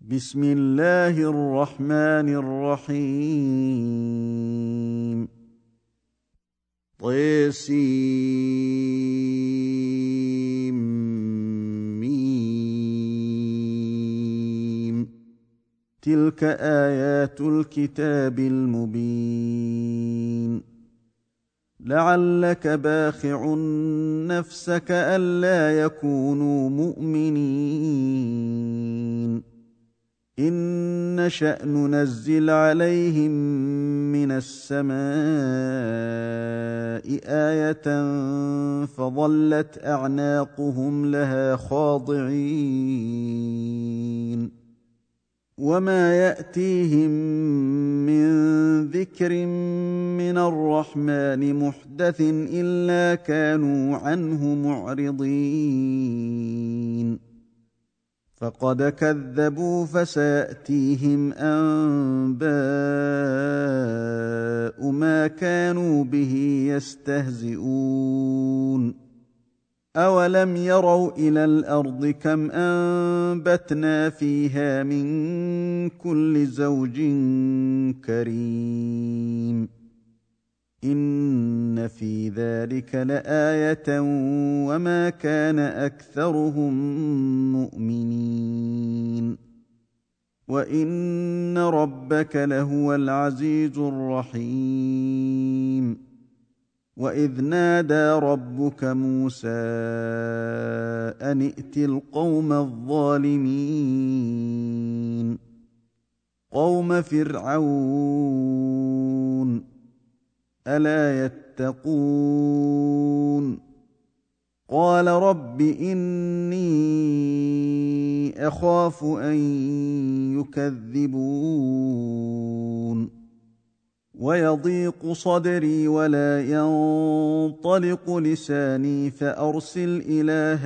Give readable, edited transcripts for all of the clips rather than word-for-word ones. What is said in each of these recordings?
بسم الله الرحمن الرحيم. طسيم. تلك آيات الكتاب المبين. لعلك باخع نفسك ألا يكونوا مؤمنين إن نشأ ننزل عليهم من السماء آية فظلت أعناقهم لها خاضعين وما يأتيهم من ذكر من الرحمن محدث إلا كانوا عنه معرضين فقد كذبوا فسيأتيهم أنباء ما كانوا به يستهزئون أولم يروا إلى الأرض كم أنبتنا فيها من كل زوج كريم إن في ذلك لآية وما كان أكثرهم مؤمنين وإن ربك لهو العزيز الرحيم وإذ نادى ربك موسى أن ائت القوم الظالمين قوم فرعون ألا يتقون قال رب إني أخاف أن يكذبون ويضيق صدري ولا ينطلق لساني فأرسل إلى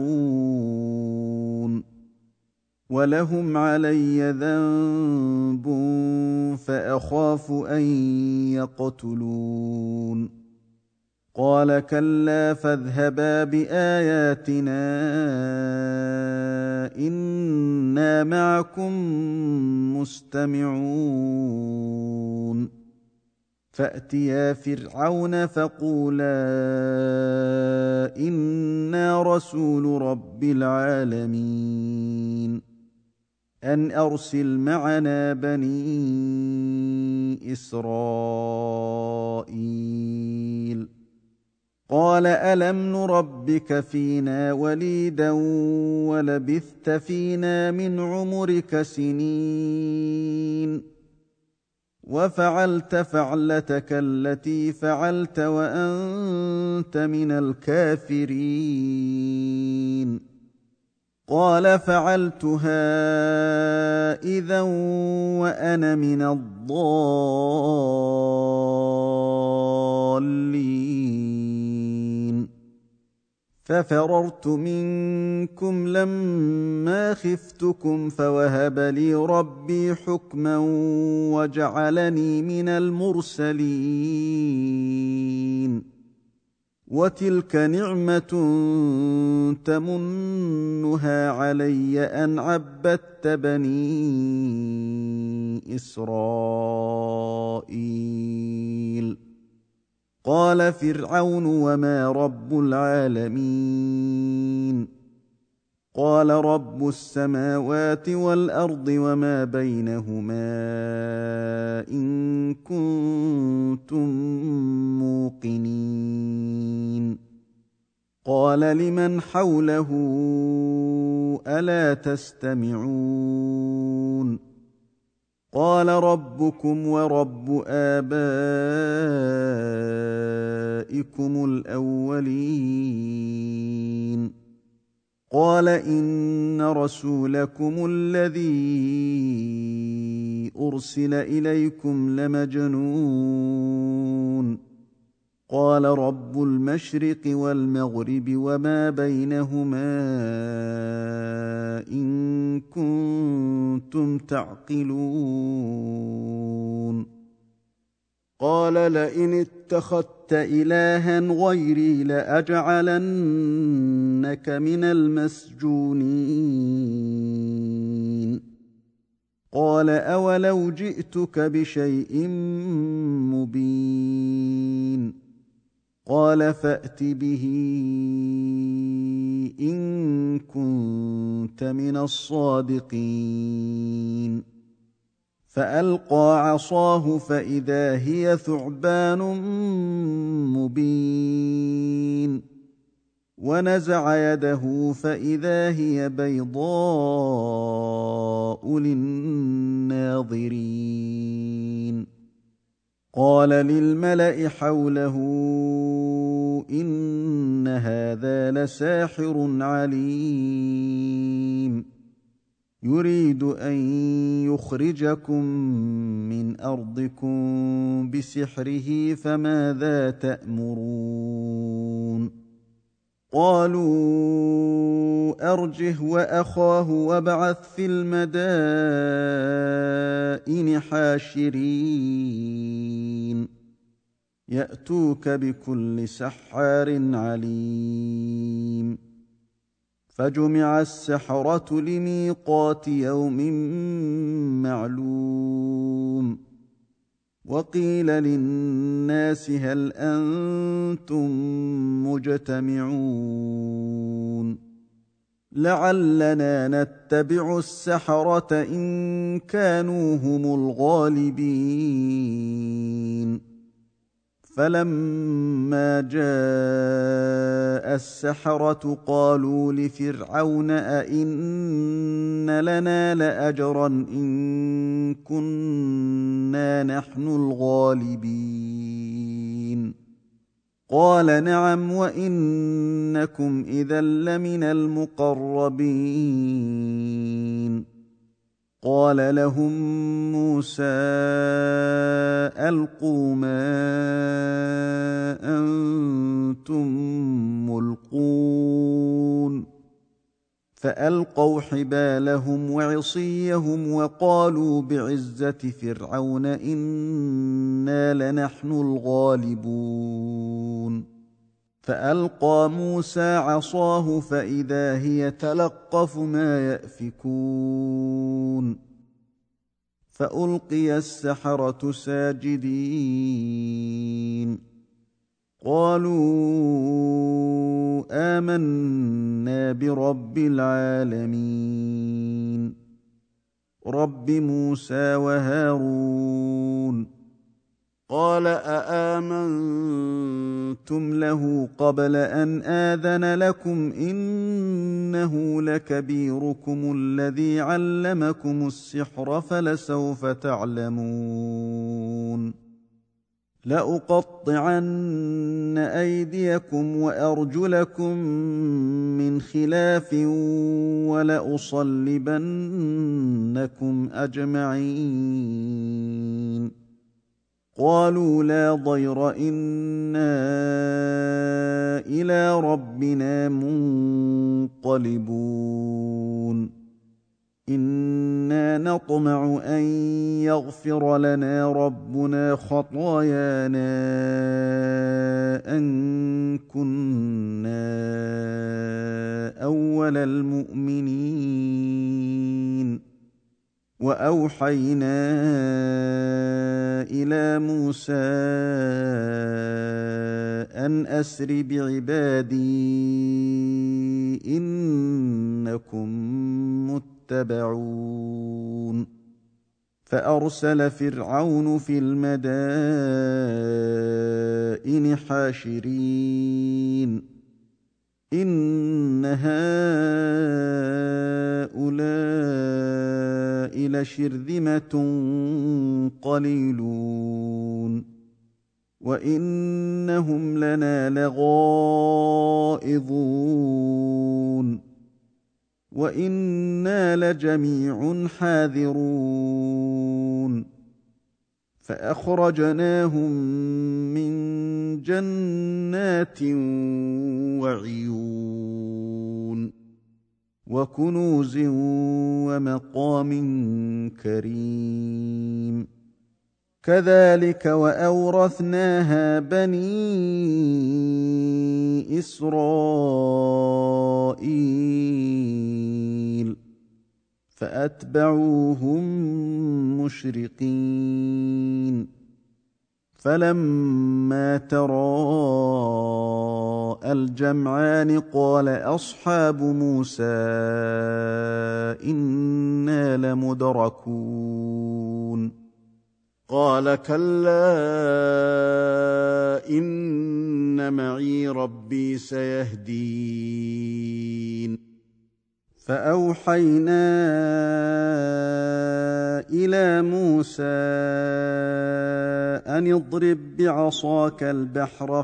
هارون ولهم علي ذنب فأخاف أن يقتلون قال كلا فاذهبا بآياتنا إنا معكم مستمعون فأتيا فرعون فقولا إنا رسول رب العالمين أن أرسل معنا بني إسرائيل قال ألم نربك فينا وليدا ولبثت فينا من عمرك سنين وفعلت فعلتك التي فعلت وأنت من الكافرين قال فعلتها إذا وأنا من الضالين ففررت منكم لما خفتكم فوهب لي ربي حكما وجعلني من المرسلين وتلك نعمة تمنها علي أن عبدت بني إسرائيل قال فرعون وما رب العالمين قال رب السماوات والأرض وما بينهما إن كنتم موقنين قال لمن حوله ألا تستمعون قال ربكم ورب آبائكم الأولين قال إن رسولكم الذي أرسل إليكم لمجنون قال رب المشرق والمغرب وما بينهما إن كنتم تعقلون قال لئن اتخذت إلها غيري لأجعلنك من المسجونين قال أولو جئتك بشيء مبين قال فأت به إن كنت من الصادقين فألقى عصاه فإذا هي ثعبان مبين ونزع يده فإذا هي بيضاء للناظرين قال للملأ حوله إن هذا لساحر عليم يريد أن يخرجكم من أرضكم بسحره فماذا تأمرون قالوا أرجه وأخاه وابعث في المدائن حاشرين يأتوك بكل سحار عليم فجمع السحرة لميقات يوم معلوم وقيل للناس هل أنتم مجتمعون لعلنا نتبع السحرة إن كانوا هم الغالبين فلما جاء السحرة قالوا لفرعون أئن لنا لأجرا إن كنا نحن الغالبين قال نعم وإنكم إذا لمن المقربين قال لهم موسى ألقوا ما أنتم ملقون فألقوا حبالهم وعصيهم وقالوا بعزة فرعون إنا لنحن الغالبون فألقى موسى عصاه فإذا هي تلقف ما يأفكون فألقي السحرة ساجدين قالوا آمنا برب العالمين رب موسى وهارون قال أآمنتم له قبل أن آذن لكم إنه لكبيركم الذي علمكم السحر فلسوف تعلمون لأقطعن أيديكم وأرجلكم من خلاف ولأصلبنكم أجمعين قالوا لا ضير إنا إلى ربنا منقلبون إنا نطمع أن يغفر لنا ربنا خطايانا أن كنا أول المؤمنين وأوحينا إلى موسى أن أسر بعبادي إنكم متبعون فأرسل فرعون في المدائن حاشرين إن هؤلاء لشرذمة قليلون وإنهم لنا لغائظون وإنا لجميع حاذرون فأخرجناهم من جنات وعيون وكنوز ومقام كريم كذلك وأورثناها بني إسرائيل فأتبعوهم مشرقين فلما تراءى الجمعان قال أصحاب موسى إنا لمدركون قال كلا إن معي ربي سيهدين فأوحينا إلى موسى أن اضرب بعصاك البحر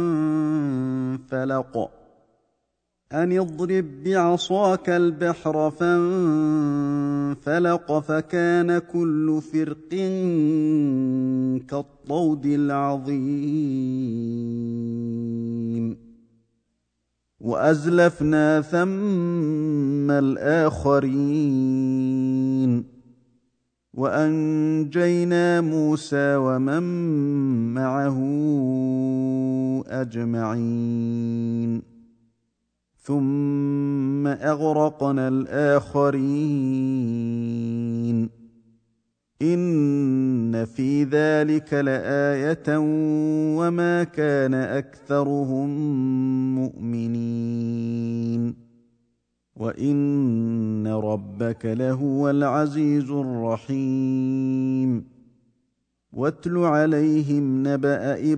فانفلق فكان كل فرق كالطود العظيم وأزلفنا ثم الآخرين وأنجينا موسى ومن معه أجمعين ثم أغرقنا الآخرين إن في ذلك لآية وما كان أكثرهم مؤمنين وإن ربك لهو العزيز الرحيم واتل عليهم نبأ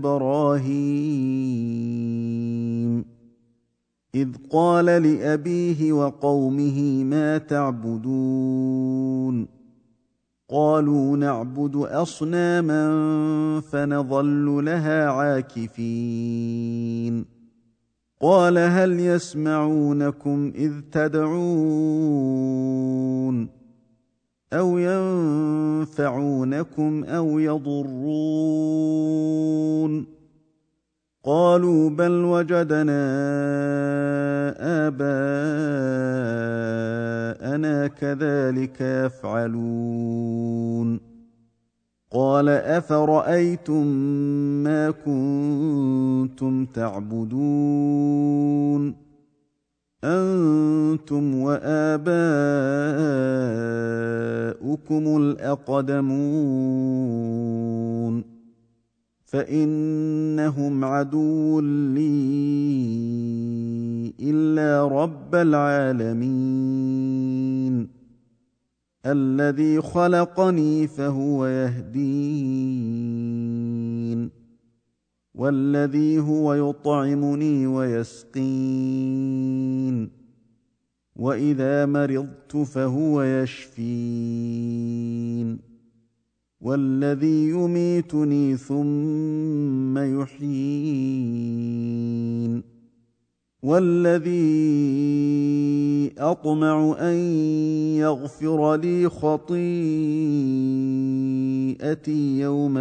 إبراهيم إذ قال لأبيه وقومه ما تعبدون قالوا نعبد أصناما فنظل لها عاكفين قال هل يسمعونكم إذ تدعون أو ينفعونكم أو يضرون قالوا بل وجدنا آباءنا كذلك يفعلون قال أفرأيتم ما كنتم تعبدون أنتم وآباؤكم الأقدمون فإنهم عدو لي إلا رب العالمين الذي خلقني فهو يهدين والذي هو يطعمني ويسقين وإذا مرضت فهو يشفين والذي يميتني ثم يحيين والذي أطمع أن يغفر لي خطيئتي يوم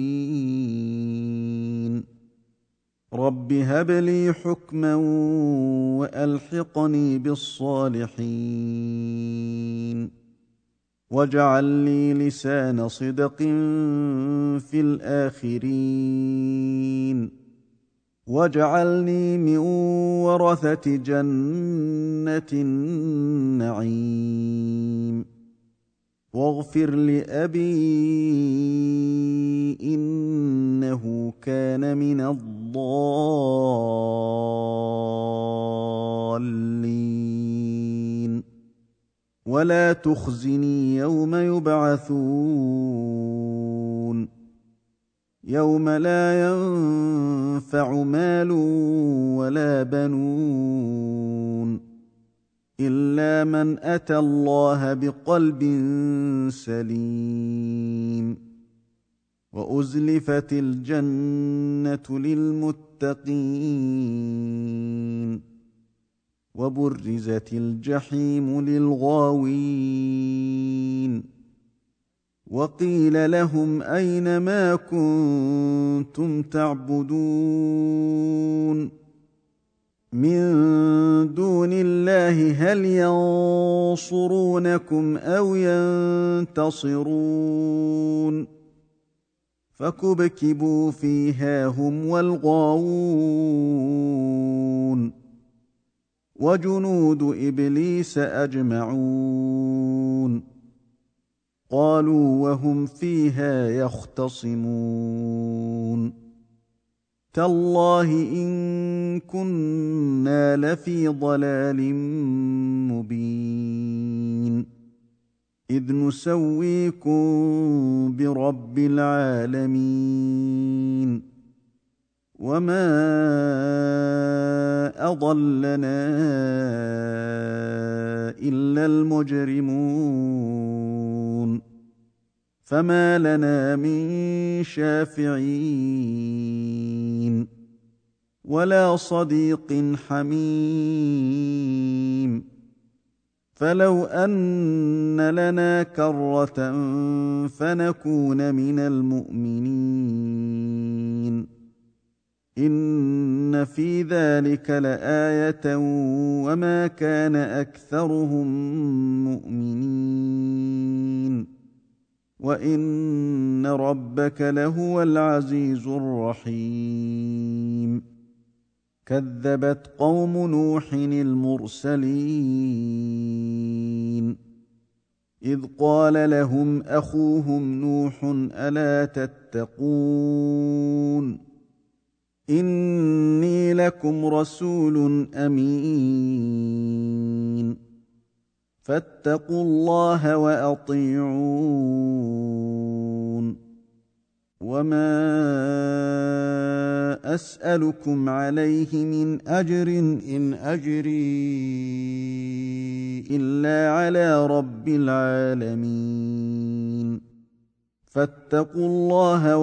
الدين رب هب لي حكما وألحقني بالصالحين واجعل لي لسان صدق في الآخرين واجعلني من ورثة جنة النعيم واغفر لأبي إنه كان من الضالين ولا تخزني يوم يبعثون يوم لا ينفع مال ولا بنون إلا من أتى الله بقلب سليم وأزلفت الجنة للمتقين وبرزت الجحيم للغاوين وقيل لهم أين ما كنتم تعبدون من دون الله هل ينصرونكم أو ينتصرون فكبكبوا فيها هم والغاوون وجنود ابليس اجمعون قالوا وهم فيها يختصمون تالله ان كنا لفي ضلال مبين اذ نسويكم برب العالمين وما اضلنا الا المجرمون فما لنا من شافعين ولا صديق حميم فلو ان لنا كره فنكون من المؤمنين ان في ذلك لايه وما كان اكثرهم مؤمنين وان ربك لهو العزيز الرحيم كذبت قوم نوح المرسلين اذ قال لهم اخوهم نوح الا تتقون اني لكم رسول امين فاتقوا الله واطيعون وما اسالكم عليه من اجر ان اجري الا على رب العالمين فاتقوا الله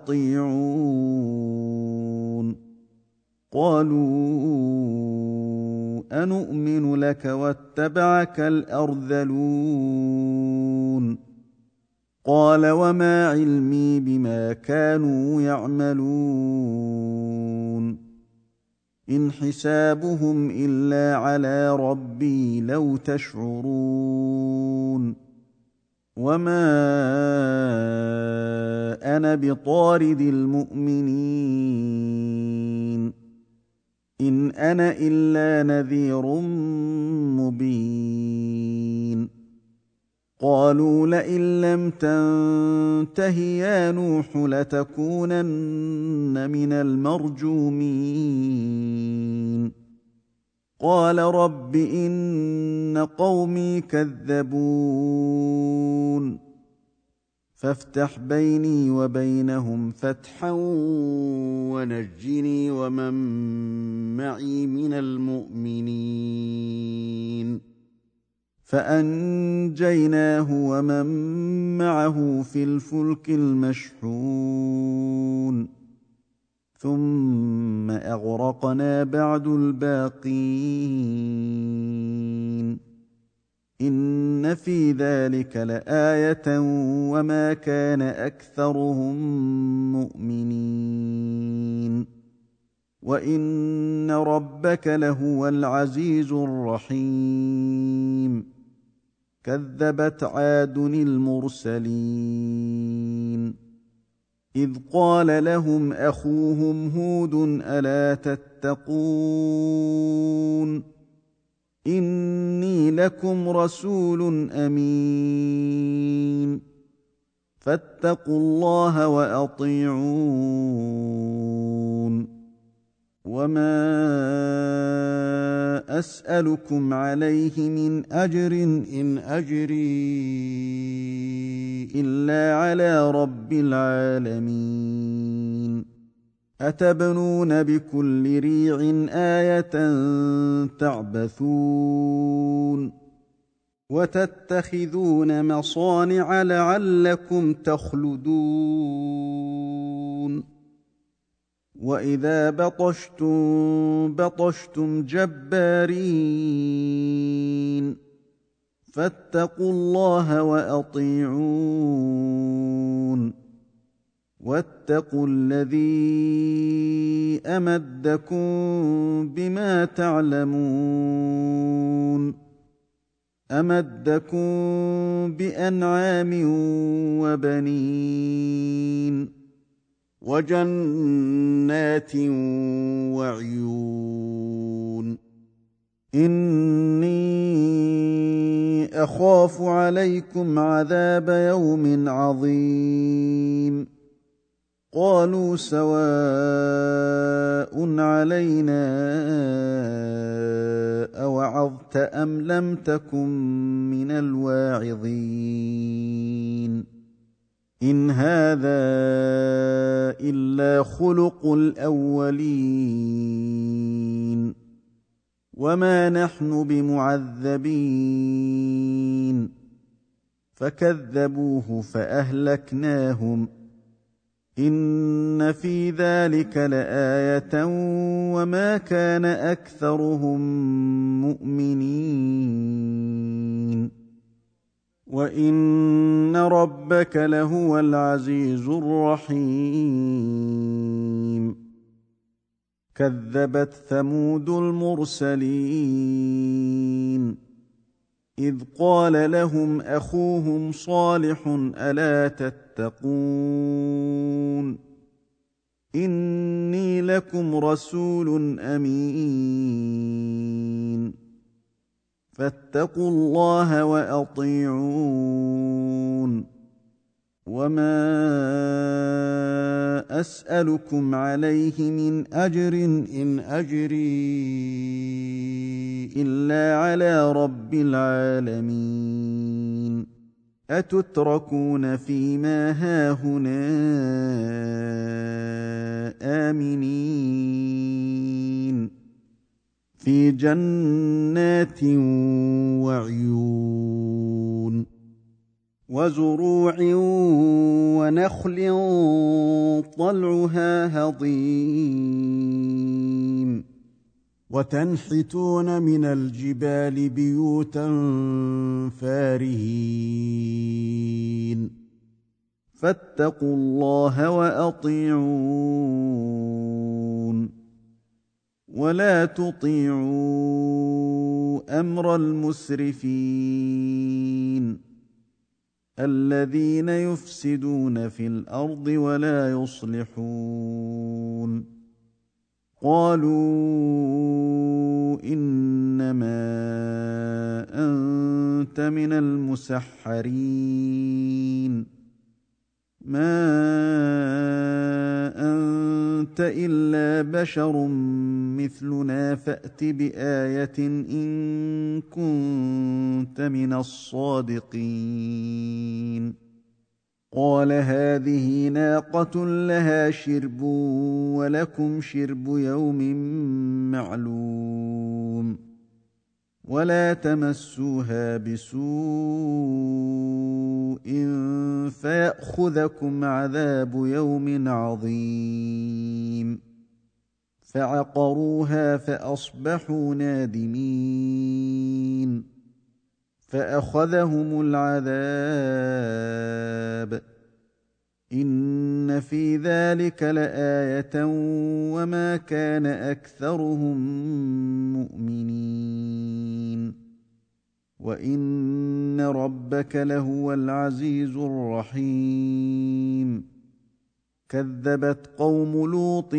واطيعون قالوا انؤمن لك واتبعك الارذلون قال وما علمي بما كانوا يعملون ان حسابهم الا على ربي لو تشعرون وما انا بطارد المؤمنين ان انا الا نذير مبين قالوا لئن لم تنته يا نوح لتكونن من المرجومين قال رب ان قومي كذبون فافتح بيني وبينهم فتحا ونجني ومن معي من المؤمنين فانجيناه ومن معه في الفلك المشحون ثم اغرقنا بعد الباقين ان في ذلك لايه وما كان اكثرهم مؤمنين وان ربك لهو العزيز الرحيم كذبت عاد المرسلين اذ قال لهم اخوهم هود الا تتقون اني لكم رسول امين فاتقوا الله واطيعون وما اسالكم عليه من اجر ان اجري الا على رب العالمين اتبنون بكل ريع ايه تعبثون وتتخذون مصانع لعلكم تخلدون واذا بطشتم جبارين فاتقوا الله واطيعون واتقوا الذي امدكم بما تعلمون امدكم بانعام وبنين وجنات وعيون إني أخاف عليكم عذاب يوم عظيم. قالوا سواء علينا أوعظت أم لم تكن من الواعظين. إن هذا إلا خلق الأولين وما نحن بمعذبين. فكذبوه فأهلكناهم. إن في ذلك لآية وما كان أكثرهم مؤمنين وإن ربك لهو العزيز الرحيم. كذبت ثمود المرسلين إذ قال لهم أخوهم صالح ألا تتقون إني لكم رسول أمين فاتقوا الله وأطيعون. وما أسألكم عليه من أجر إن أجري إلا على رب العالمين. أتتركون فيما هاهنا آمنين في جنات وعيون وزروع ونخل طلعها هضيم وتنحتون من الجبال بيوتا فارهين فاتقوا الله وأطيعون. ولا تطيعوا أمر المسرفين الذين يفسدون في الأرض ولا يصلحون. قالوا إنما أنت من المسحرين ما أنت إلا بشر مثلنا فأت بآية إن كنت من الصادقين. قال هذه ناقة لها شرب ولكم شرب يوم معلوم ولا تمسوها بسوء فيأخذكم عذاب يوم عظيم. فعقروها فأصبحوا نادمين فأخذهم العذاب. إن في ذلك لآية وما كان أكثرهم مؤمنين وإن ربك لهو العزيز الرحيم. كذبت قوم لوط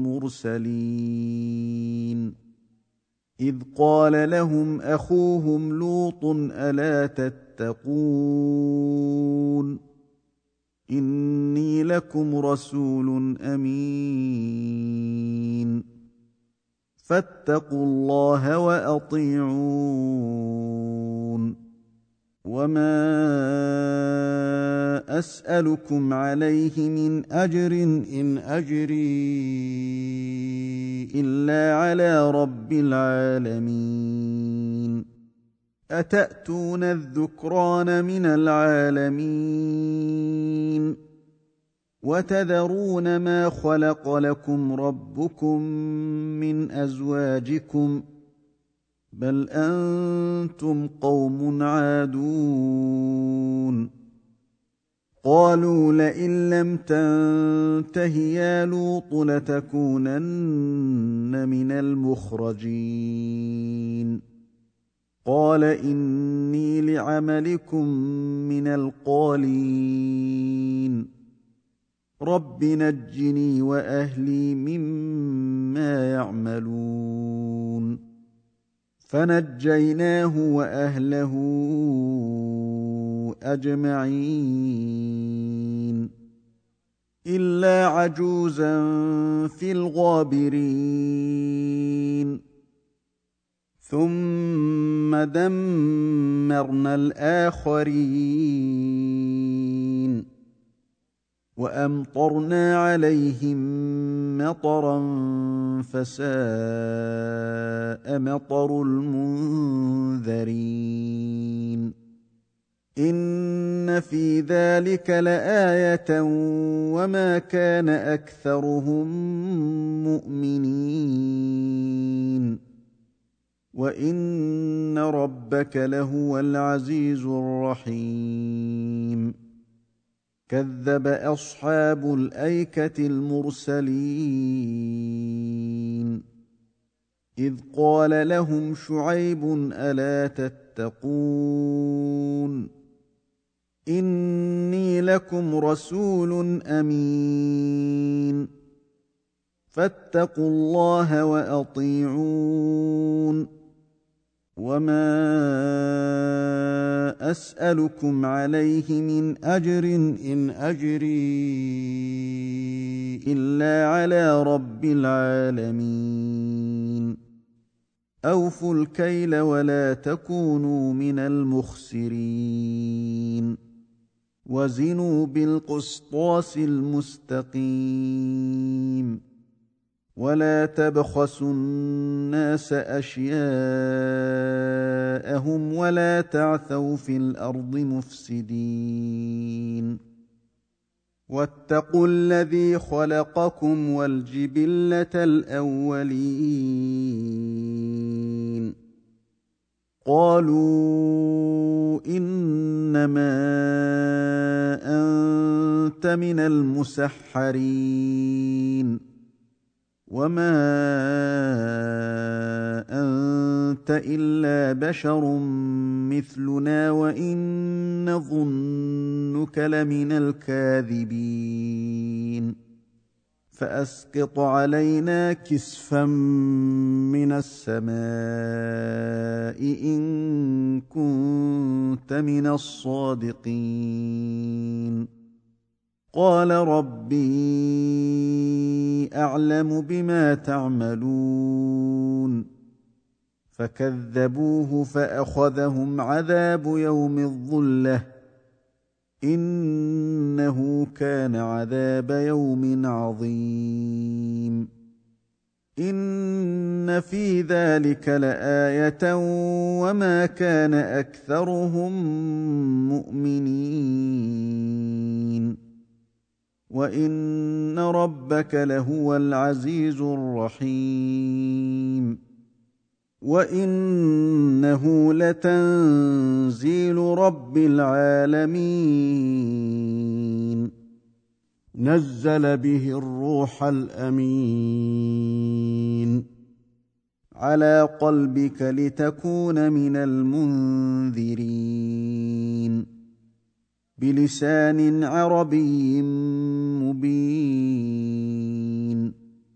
المرسلين إذ قال لهم أخوهم لوط ألا تتقون إني لكم رسول أمين فاتقوا الله وأطيعون. وما أسألكم عليه من أجر إن أجري إلا على رب العالمين. أتأتون الذكران من العالمين وتذرون ما خلق لكم ربكم من أزواجكم بل أنتم قوم عادون. قالوا لئن لم تنته يا لوط لتكونن من المخرجين. قال إني لعملكم من القالين رب نجني وأهلي مما يعملون. فنجيناه واهله اجمعين الا عجوزا في الغابرين ثم دمرنا الاخرين وامطرنا عليهم مطرا فساء مطر المنذرين ان في ذلك لايه وما كان اكثرهم مؤمنين وان ربك لهو العزيز الرحيم كذب اصحاب الايكه المرسلين اذ قال لهم شعيب الا تتقون اني لكم رسول امين فاتقوا الله واطيعون وما اسالكم عليه من اجر ان اجري الا على رب العالمين اوفوا الكيل ولا تكونوا من المخسرين وزنوا بالقسطاس المستقيم ولا تبخسوا الناس اشياءهم ولا تعثوا في الارض مفسدين واتقوا الذي خلقكم والجبلة الاولين قالوا انما انت من المسحرين وما انت الا بشر مثلنا وان نظنك لمن الكاذبين فاسقط علينا كسفا من السماء ان كنت من الصادقين قال ربي اعلم بما تعملون فكذبوه فاخذهم عذاب يوم الظله انه كان عذاب يوم عظيم ان في ذلك لايه وما كان اكثرهم مؤمنين وان ربك لهو العزيز الرحيم وانه لتنزيل رب العالمين نزل به الروح الامين على قلبك لتكون من المنذرين بلسان عربي مبين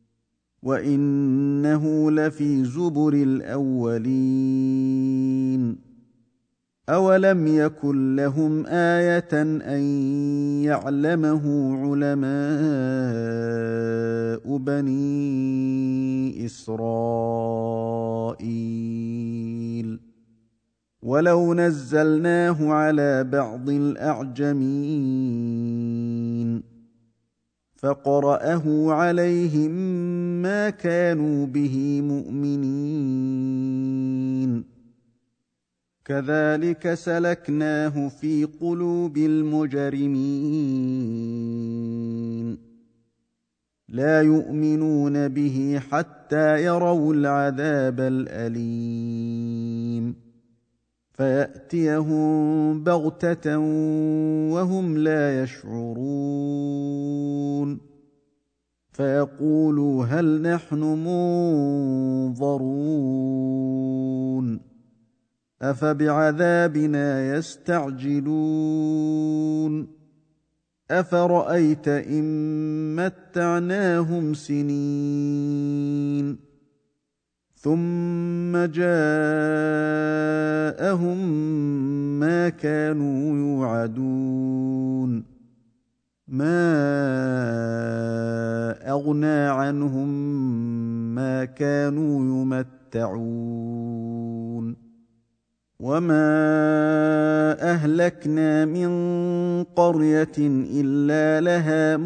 وانه لفي زبر الاولين اولم يكن لهم ايه ان يعلمه علماء بني اسرائيل ولو نزلناه على بعض الاعجمين فقرأه عليهم ما كانوا به مؤمنين كذلك سلكناه في قلوب المجرمين لا يؤمنون به حتى يروا العذاب الأليم فيأتيهم بغتة وهم لا يشعرون فيقولوا هل نحن منظرون أفبعذابنا يستعجلون أفرأيت إن متعناهم سنين ثم جاءهم ما كانوا يوعدون ما أغنى عنهم ما كانوا يمتعون وما أهلكنا من قرية إلا لها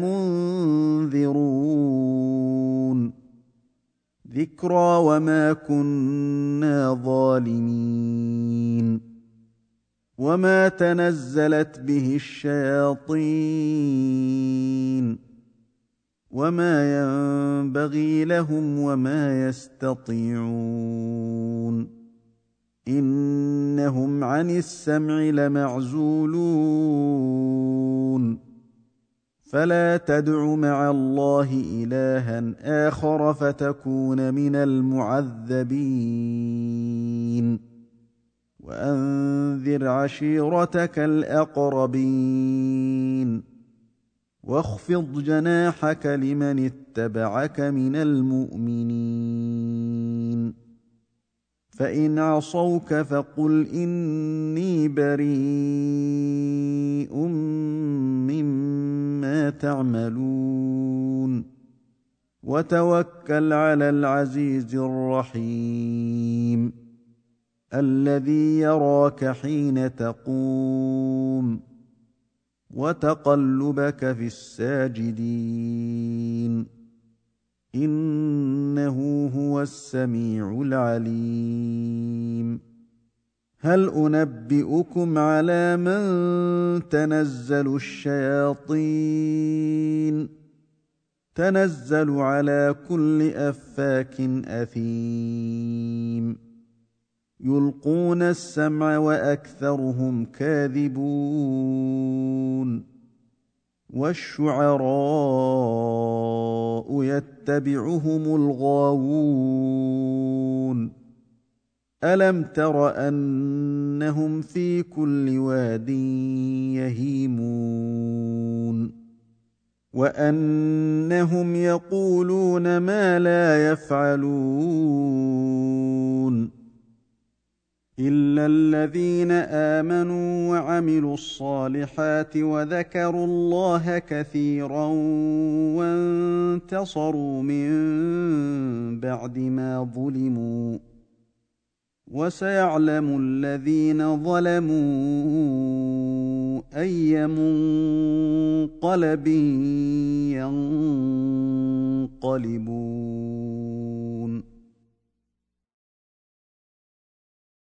منذرون ذكرى وما كنا ظالمين وما تنزلت به الشياطين وما ينبغي لهم وما يستطيعون إنهم عن السمع لمعزولون فلا تدع مع الله إلها آخر فتكون من المعذبين وأنذر عشيرتك الأقربين واخفض جناحك لمن اتبعك من المؤمنين فإن عصوك فقل إني بريء مما تعملون وتوكل على العزيز الرحيم الذي يراك حين تقوم وتقلبك في الساجدين إنه هو السميع العليم هل أنبئكم على من تنزل الشياطين تنزل على كل أفاك أثيم يلقون السمع وأكثرهم كاذبون والشعراء يتبعهم الغاوون ألم تر أنهم في كل واد يهيمون وأنهم يقولون ما لا يفعلون إلا الذين آمنوا وعملوا الصالحات وذكروا الله كثيرا وانتصروا من بعد ما ظلموا وسيعلم الذين ظلموا أي منقلب ينقلبون